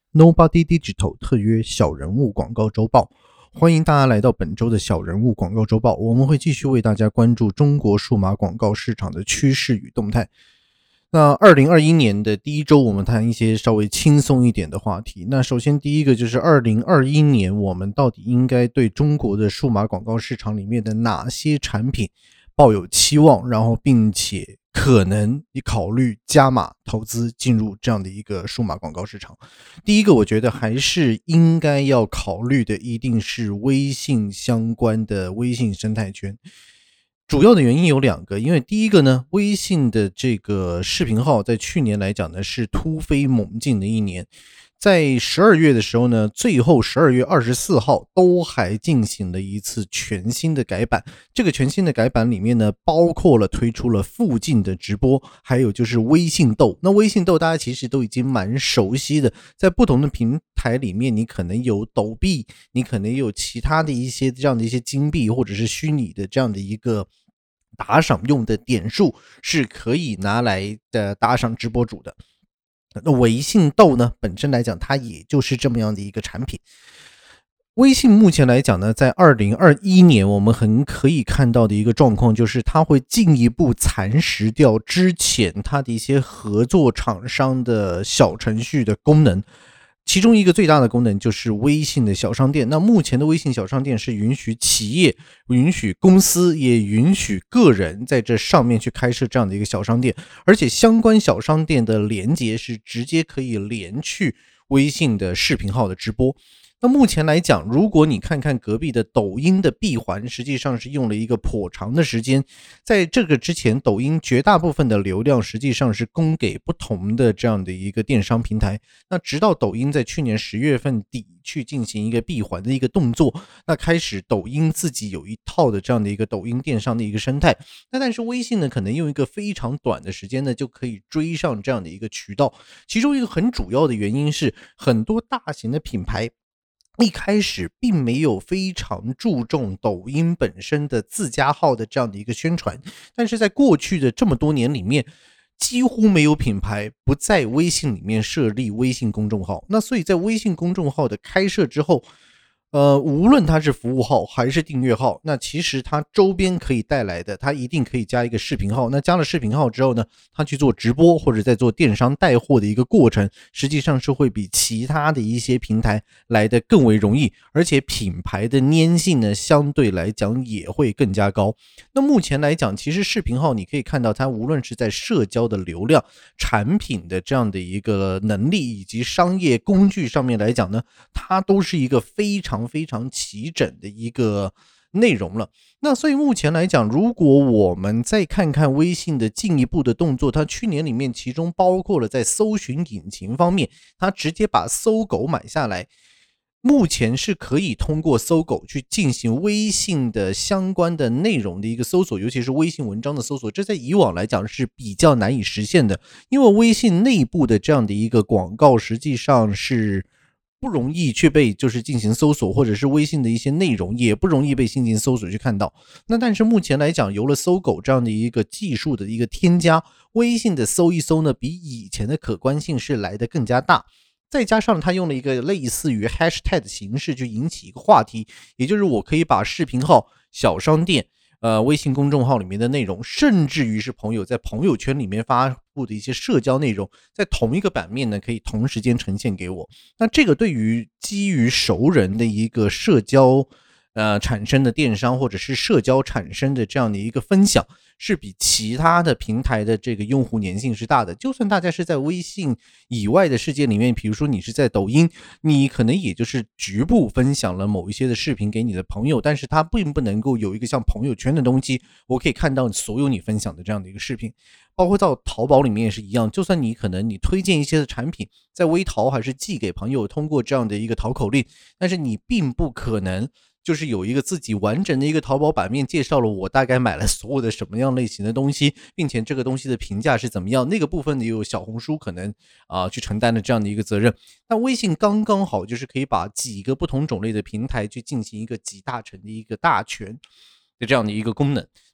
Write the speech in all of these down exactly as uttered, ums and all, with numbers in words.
Nobody Digital 特约小人物广告周报，欢迎大家来到本周的小人物广告周报。我们会继续为大家关注中国数码广告市场的趋势与动态。那二零二一年的第一周，我们谈一些稍微轻松一点的话题。那首先第一个就是二零二一年，我们到底应该对中国的数码广告市场里面的哪些产品抱有期望，然后并且可能你考虑加码投资进入这样的一个数码广告市场。第一个我觉得还是应该要考虑的一定是微信相关的微信生态圈。主要的原因有两个，因为第一个呢，微信的这个视频号在去年来讲呢是突飞猛进的一年。在十二月的时候呢，最后十二月二十四号都还进行了一次全新的改版。这个全新的改版里面呢，包括了推出了附近的直播，还有就是微信豆。那微信豆大家其实都已经蛮熟悉的，在不同的平台里面，你可能有抖币，你可能有其他的一些这样的一些金币，或者是虚拟的这样的一个打赏用的点数，是可以拿来的打赏直播主的。那微信豆呢，本身来讲它也就是这么样的一个产品。微信目前来讲呢，在二零二一年我们很可以看到的一个状况，就是它会进一步蚕食掉之前它的一些合作厂商的小程序的功能。其中一个最大的功能就是微信的小商店。那目前的微信小商店是允许企业、允许公司，也允许个人在这上面去开设这样的一个小商店，而且相关小商店的连接是直接可以连去微信的视频号的直播。那目前来讲，如果你看看隔壁的抖音的闭环，实际上是用了一个颇长的时间。在这个之前，抖音绝大部分的流量实际上是供给不同的这样的一个电商平台。那直到抖音在去年十月份底去进行一个闭环的一个动作，那开始抖音自己有一套的这样的一个抖音电商的一个生态。那但是微信呢，可能用一个非常短的时间呢，就可以追上这样的一个渠道。其中一个很主要的原因是，很多大型的品牌一开始并没有非常注重抖音本身的自家号的这样的一个宣传，但是在过去的这么多年里面，几乎没有品牌不在微信里面设立微信公众号。那所以在微信公众号的开设之后，呃，无论它是服务号还是订阅号，那其实它周边可以带来的，它一定可以加一个视频号。那加了视频号之后呢，它去做直播或者在做电商带货的一个过程，实际上是会比其他的一些平台来的更为容易，而且品牌的粘性呢，相对来讲也会更加高。那目前来讲，其实视频号你可以看到，它无论是在社交的流量、产品的这样的一个能力以及商业工具上面来讲呢，它都是一个非常非常齐整的一个内容了。那所以目前来讲，如果我们再看看微信的进一步的动作，它去年里面其中包括了在搜寻引擎方面，它直接把搜狗买下来，目前是可以通过搜狗去进行微信的相关的内容的一个搜索，尤其是微信文章的搜索，这在以往来讲是比较难以实现的。因为微信内部的这样的一个广告实际上是不容易去被就是进行搜索，或者是微信的一些内容也不容易被进行搜索去看到。那但是目前来讲，有了搜狗这样的一个技术的一个添加，微信的搜一搜呢，比以前的可观性是来得更加大。再加上它用了一个类似于 hashtag 的形式去引起一个话题，也就是我可以把视频号、小商店、呃微信公众号里面的内容，甚至于是朋友在朋友圈里面发布的一些社交内容，在同一个版面呢可以同时间呈现给我。那这个对于基于熟人的一个社交呃产生的电商，或者是社交产生的这样的一个分享，是比其他的平台的这个用户粘性是大的。就算大家是在微信以外的世界里面，比如说你是在抖音，你可能也就是局部分享了某一些的视频给你的朋友，但是它并不能够有一个像朋友圈的东西，我可以看到所有你分享的这样的一个视频。包括到淘宝里面也是一样，就算你可能你推荐一些的产品在微淘还是寄给朋友，通过这样的一个淘口令，但是你并不可能就是有一个自己完整的一个淘宝版面介绍了我大概买了所有的什么样类型的东西，并且这个东西的评价是怎么样，那个部分也有小红书可能啊、呃、去承担的这样的一个责任。那微信刚刚好就是可以把几个不同种类的平台去进行一个集大成的一个大全的这样的一个功能。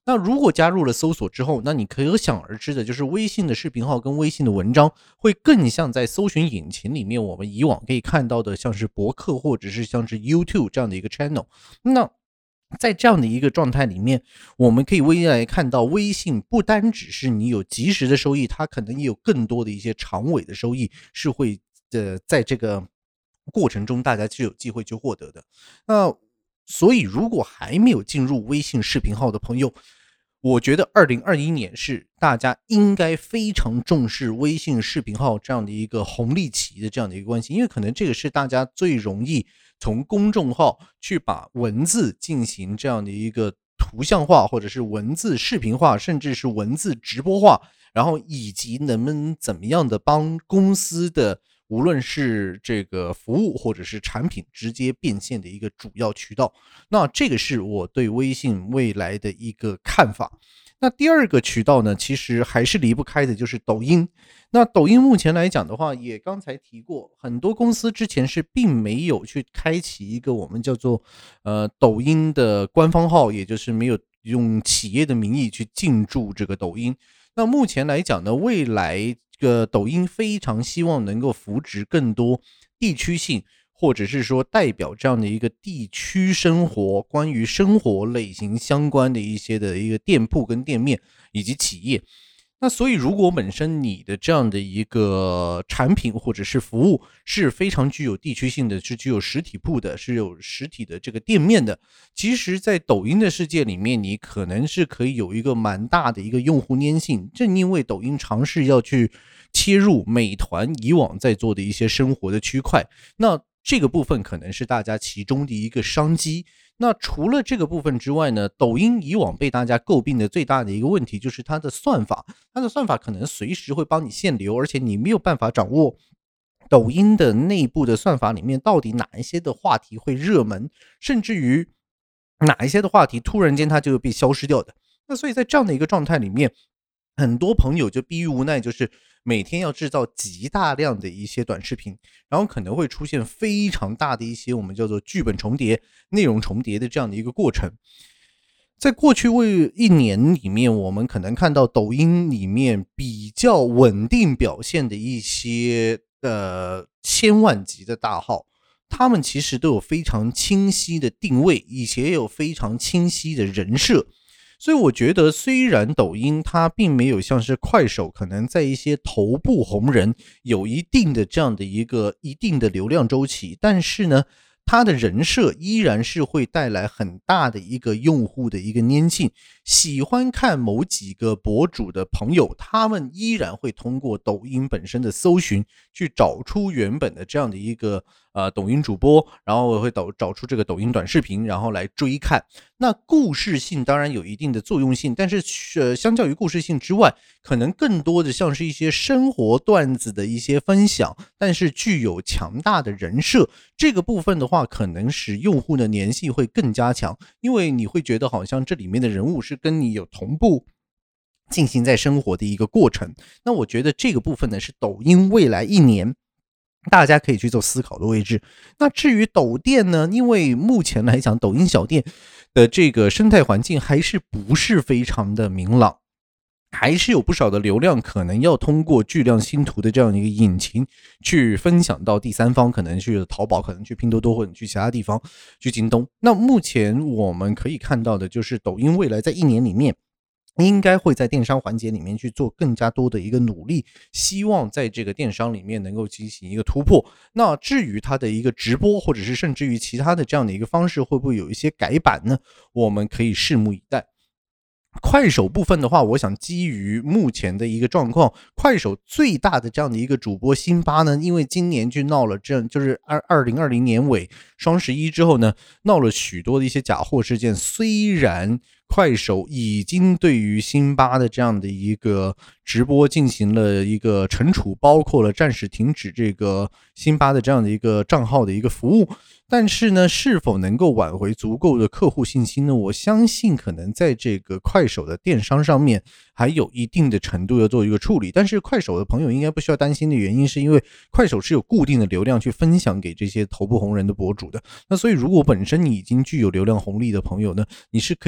那如果加入了搜索之后，那你可想而知的就是微信的视频号跟微信的文章会更像在搜寻引擎里面我们以往可以看到的像是博客或者是像是 YouTube 这样的一个 channel。 那在这样的一个状态里面，我们可以未来看到微信不单只是你有即时的收益，它可能也有更多的一些长尾的收益是会呃在这个过程中大家是有机会去获得的。那所以如果还没有进入微信视频号的朋友，我觉得二零二一年是大家应该非常重视微信视频号这样的一个红利期的这样的一个关系，因为可能这个是大家最容易从公众号去把文字进行这样的一个图像化，或者是文字视频化，甚至是文字直播化，然后以及能不能怎么样的帮公司的无论是这个服务或者是产品直接变现的一个主要渠道。那这个是我对微信未来的一个看法。那第二个渠道呢，其实还是离不开的就是抖音。那抖音目前来讲的话，也刚才提过，很多公司之前是并没有去开启一个我们叫做呃抖音的官方号，也就是没有用企业的名义去进驻这个抖音。那目前来讲呢，未来这个抖音非常希望能够扶植更多地区性，或者是说代表这样的一个地区生活，关于生活类型相关的一些的一个店铺跟店面以及企业。那所以如果本身你的这样的一个产品或者是服务是非常具有地区性的，是具有实体铺的，是有实体的这个店面的，其实在抖音的世界里面，你可能是可以有一个蛮大的一个用户粘性。正因为抖音尝试要去切入美团以往在做的一些生活的区块，那这个部分可能是大家其中的一个商机。那除了这个部分之外呢，抖音以往被大家诟病的最大的一个问题就是它的算法，它的算法可能随时会帮你限流，而且你没有办法掌握抖音的内部的算法里面到底哪一些的话题会热门，甚至于哪一些的话题突然间它就被消失掉的。那所以在这样的一个状态里面，很多朋友就逼于无奈，就是每天要制造极大量的一些短视频，然后可能会出现非常大的一些我们叫做剧本重叠、内容重叠的这样的一个过程。在过去为一年里面，我们可能看到抖音里面比较稳定表现的一些呃千万级的大号，他们其实都有非常清晰的定位，以及也有非常清晰的人设。所以我觉得虽然抖音它并没有像是快手可能在一些头部红人有一定的这样的一个一定的流量周期，但是呢它的人设依然是会带来很大的一个用户的一个粘性。喜欢看某几个博主的朋友，他们依然会通过抖音本身的搜寻去找出原本的这样的一个呃抖音主播，然后会找找出这个抖音短视频，然后来追看。那故事性当然有一定的作用性，但是呃相较于故事性之外，可能更多的像是一些生活段子的一些分享，但是具有强大的人设，这个部分的话可能使用户的粘性会更加强，因为你会觉得好像这里面的人物是跟你有同步进行在生活的一个过程。那我觉得这个部分呢是抖音未来一年大家可以去做思考的位置。那至于抖店呢，因为目前来讲抖音小店的这个生态环境还是不是非常的明朗，还是有不少的流量可能要通过巨量星图的这样一个引擎去分享到第三方，可能去淘宝，可能去拼多多，或者去其他地方，去京东。那目前我们可以看到的就是抖音未来在一年里面应该会在电商环节里面去做更加多的一个努力，希望在这个电商里面能够进行一个突破。那至于它的一个直播，或者是甚至于其他的这样的一个方式会不会有一些改版呢，我们可以拭目以待。快手部分的话，我想基于目前的一个状况，快手最大的这样的一个主播辛巴呢，因为今年就闹了这样，就是二零二零年尾双十一之后呢，闹了许多的一些假货事件。虽然快手已经对于辛巴的这样的一个直播进行了一个惩处，包括了暂时停止这个辛巴的这样的一个账号的一个服务，但是呢，是否能够挽回足够的客户信心呢？我相信可能在这个快手的电商上面还有一定的程度要做一个处理。但是快手的朋友应该不需要担心的原因，是因为快手是有固定的流量去分享给这些头部红人的博主的。那所以如果本身你已经具有流量红利的朋友呢，你是可以继续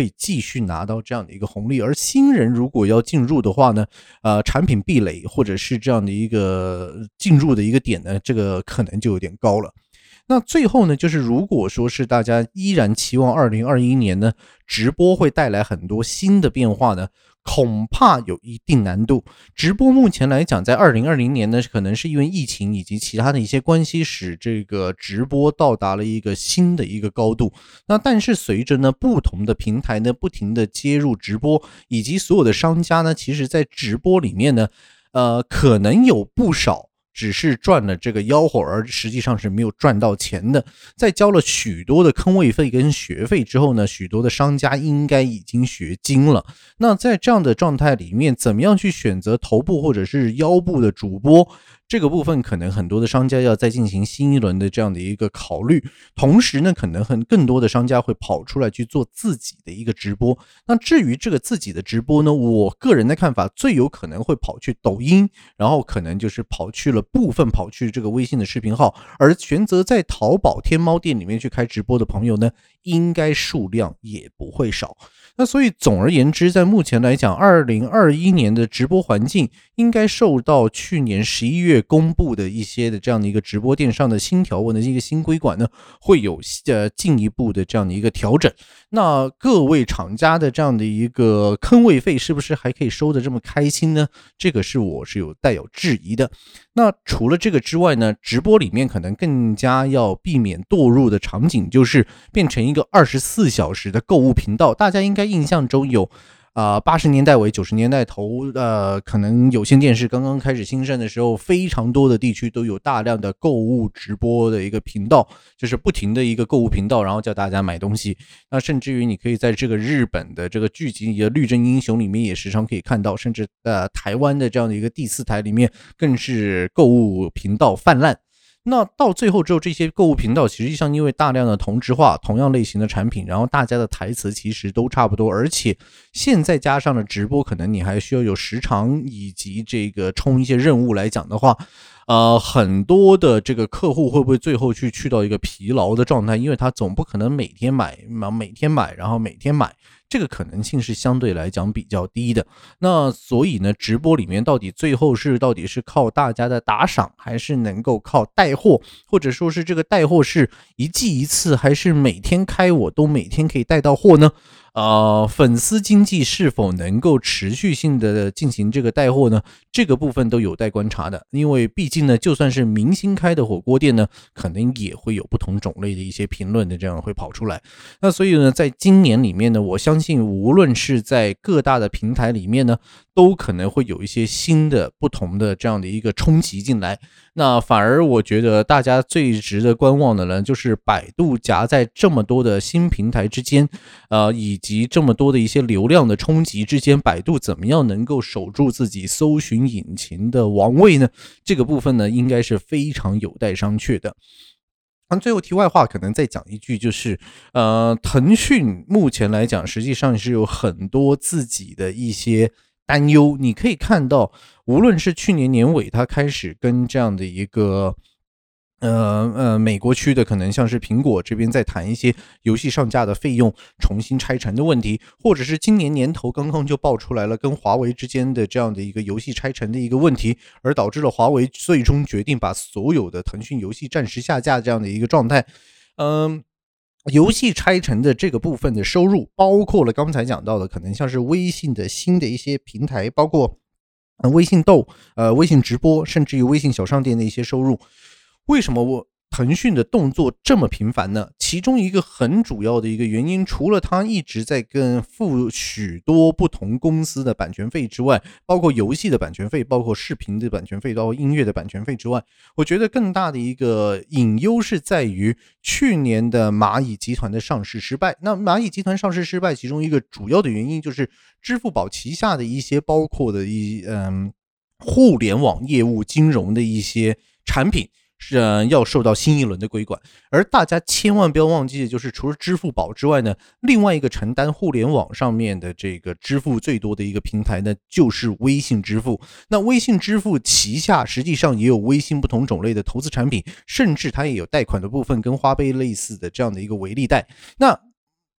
续拿到这样的一个红利，而新人如果要进入的话呢，呃，产品壁垒或者是这样的一个进入的一个点呢，这个可能就有点高了。那最后呢，就是如果说是大家依然期望二零二一年呢，直播会带来很多新的变化呢，恐怕有一定难度。直播目前来讲，在二零二零年呢，可能是因为疫情以及其他的一些关系，使这个直播到达了一个新的一个高度。那但是随着呢不同的平台呢不停的接入直播，以及所有的商家呢，其实在直播里面呢，呃，可能有不少只是赚了这个吆喝，而实际上是没有赚到钱的。在交了许多的坑位费跟学费之后呢，许多的商家应该已经学精了。那在这样的状态里面，怎么样去选择头部或者是腰部的主播，这个部分可能很多的商家要再进行新一轮的这样的一个考虑。同时呢，可能很更多的商家会跑出来去做自己的一个直播。那至于这个自己的直播呢，我个人的看法，最有可能会跑去抖音，然后可能就是跑去了部分跑去这个微信的视频号，而选择在淘宝天猫店里面去开直播的朋友呢，应该数量也不会少。那所以总而言之，在目前来讲，二零二一年的直播环境应该受到去年十一月公布的一些的这样的一个直播电商的新条文的一个新规管呢，会有呃进一步的这样的一个调整。那各位厂家的这样的一个坑位费是不是还可以收得这么开心呢？这个是我是有带有质疑的。那除了这个之外呢，直播里面可能更加要避免堕入的场景，就是变成一个二十四小时的购物频道。大家应该印象中有啊，八十年代尾九十年代头，呃，可能有线电视刚刚开始兴盛的时候，非常多的地区都有大量的购物直播的一个频道，就是不停的一个购物频道，然后叫大家买东西。那甚至于你可以在这个日本的这个剧集的律政英雄里面也时常可以看到，甚至呃台湾的这样的一个第四台里面更是购物频道泛滥。那到最后之后，这些购物频道实际上因为大量的同质化，同样类型的产品，然后大家的台词其实都差不多，而且现在加上了直播，可能你还需要有时长以及这个冲一些任务来讲的话，呃，很多的这个客户会不会最后去去到一个疲劳的状态？因为他总不可能每天买，每天买，然后每天买。这个可能性是相对来讲比较低的。那所以呢，直播里面到底最后是到底是靠大家的打赏，还是能够靠带货，或者说是这个带货是一季一次，还是每天开我都每天可以带到货呢？呃，粉丝经济是否能够持续性的进行这个带货呢？这个部分都有待观察的。因为毕竟呢，就算是明星开的火锅店呢，可能也会有不同种类的一些评论的这样会跑出来。那所以呢，在今年里面呢，我相信无论是在各大的平台里面呢，都可能会有一些新的不同的这样的一个冲击进来。那反而我觉得大家最值得观望的呢，就是百度夹在这么多的新平台之间，呃，以及这么多的一些流量的冲击之间，百度怎么样能够守住自己搜寻引擎的王位呢？这个部分呢，应该是非常有待商榷的。那最后题外话可能再讲一句，就是呃，腾讯目前来讲实际上是有很多自己的一些担忧。你可以看到，无论是去年年尾它开始跟这样的一个呃呃，美国区的可能像是苹果这边在谈一些游戏上架的费用重新拆成的问题，或者是今年年头刚刚就爆出来了跟华为之间的这样的一个游戏拆成的一个问题，而导致了华为最终决定把所有的腾讯游戏暂时下架这样的一个状态。嗯。游戏拆成的这个部分的收入，包括了刚才讲到的，可能像是微信的新的一些平台，包括微信豆、呃微信直播，甚至于微信小商店的一些收入。为什么我腾讯的动作这么频繁呢？其中一个很主要的一个原因，除了他一直在跟付许多不同公司的版权费之外，包括游戏的版权费，包括视频的版权费，包括音乐的版权费之外，我觉得更大的一个隐忧是在于去年的蚂蚁集团的上市失败。那蚂蚁集团上市失败，其中一个主要的原因就是支付宝旗下的一些包括的一嗯互联网业务金融的一些产品。是、呃、要受到新一轮的规管，而大家千万不要忘记的就是，除了支付宝之外呢，另外一个承担互联网上面的这个支付最多的一个平台呢，就是微信支付。那微信支付旗下实际上也有微信不同种类的投资产品，甚至它也有贷款的部分，跟花呗类似的这样的一个微利贷。那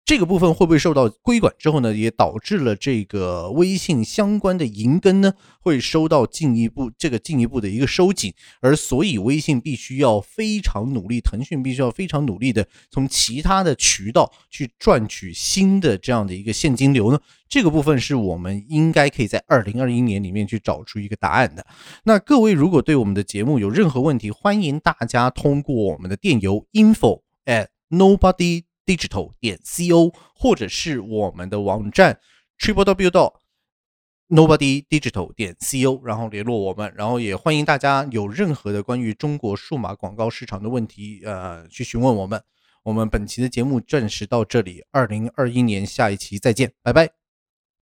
这个部分会不会受到规管之后呢，也导致了这个微信相关的银根呢会收到进一步这个进一步的一个收紧，而所以微信必须要非常努力，腾讯必须要非常努力的从其他的渠道去赚取新的这样的一个现金流呢？这个部分是我们应该可以在二零二一年里面去找出一个答案的。那各位如果对我们的节目有任何问题，欢迎大家通过我们的电邮 info at nobody digital 点 co 或者是我们的网站 triple w 到 nobody digital 点 co 然后联络我们，然后也欢迎大家有任何的关于中国数码广告市场的问题呃，去询问我们。我们本期的节目暂时到这里，二零二一年下一期再见，拜拜。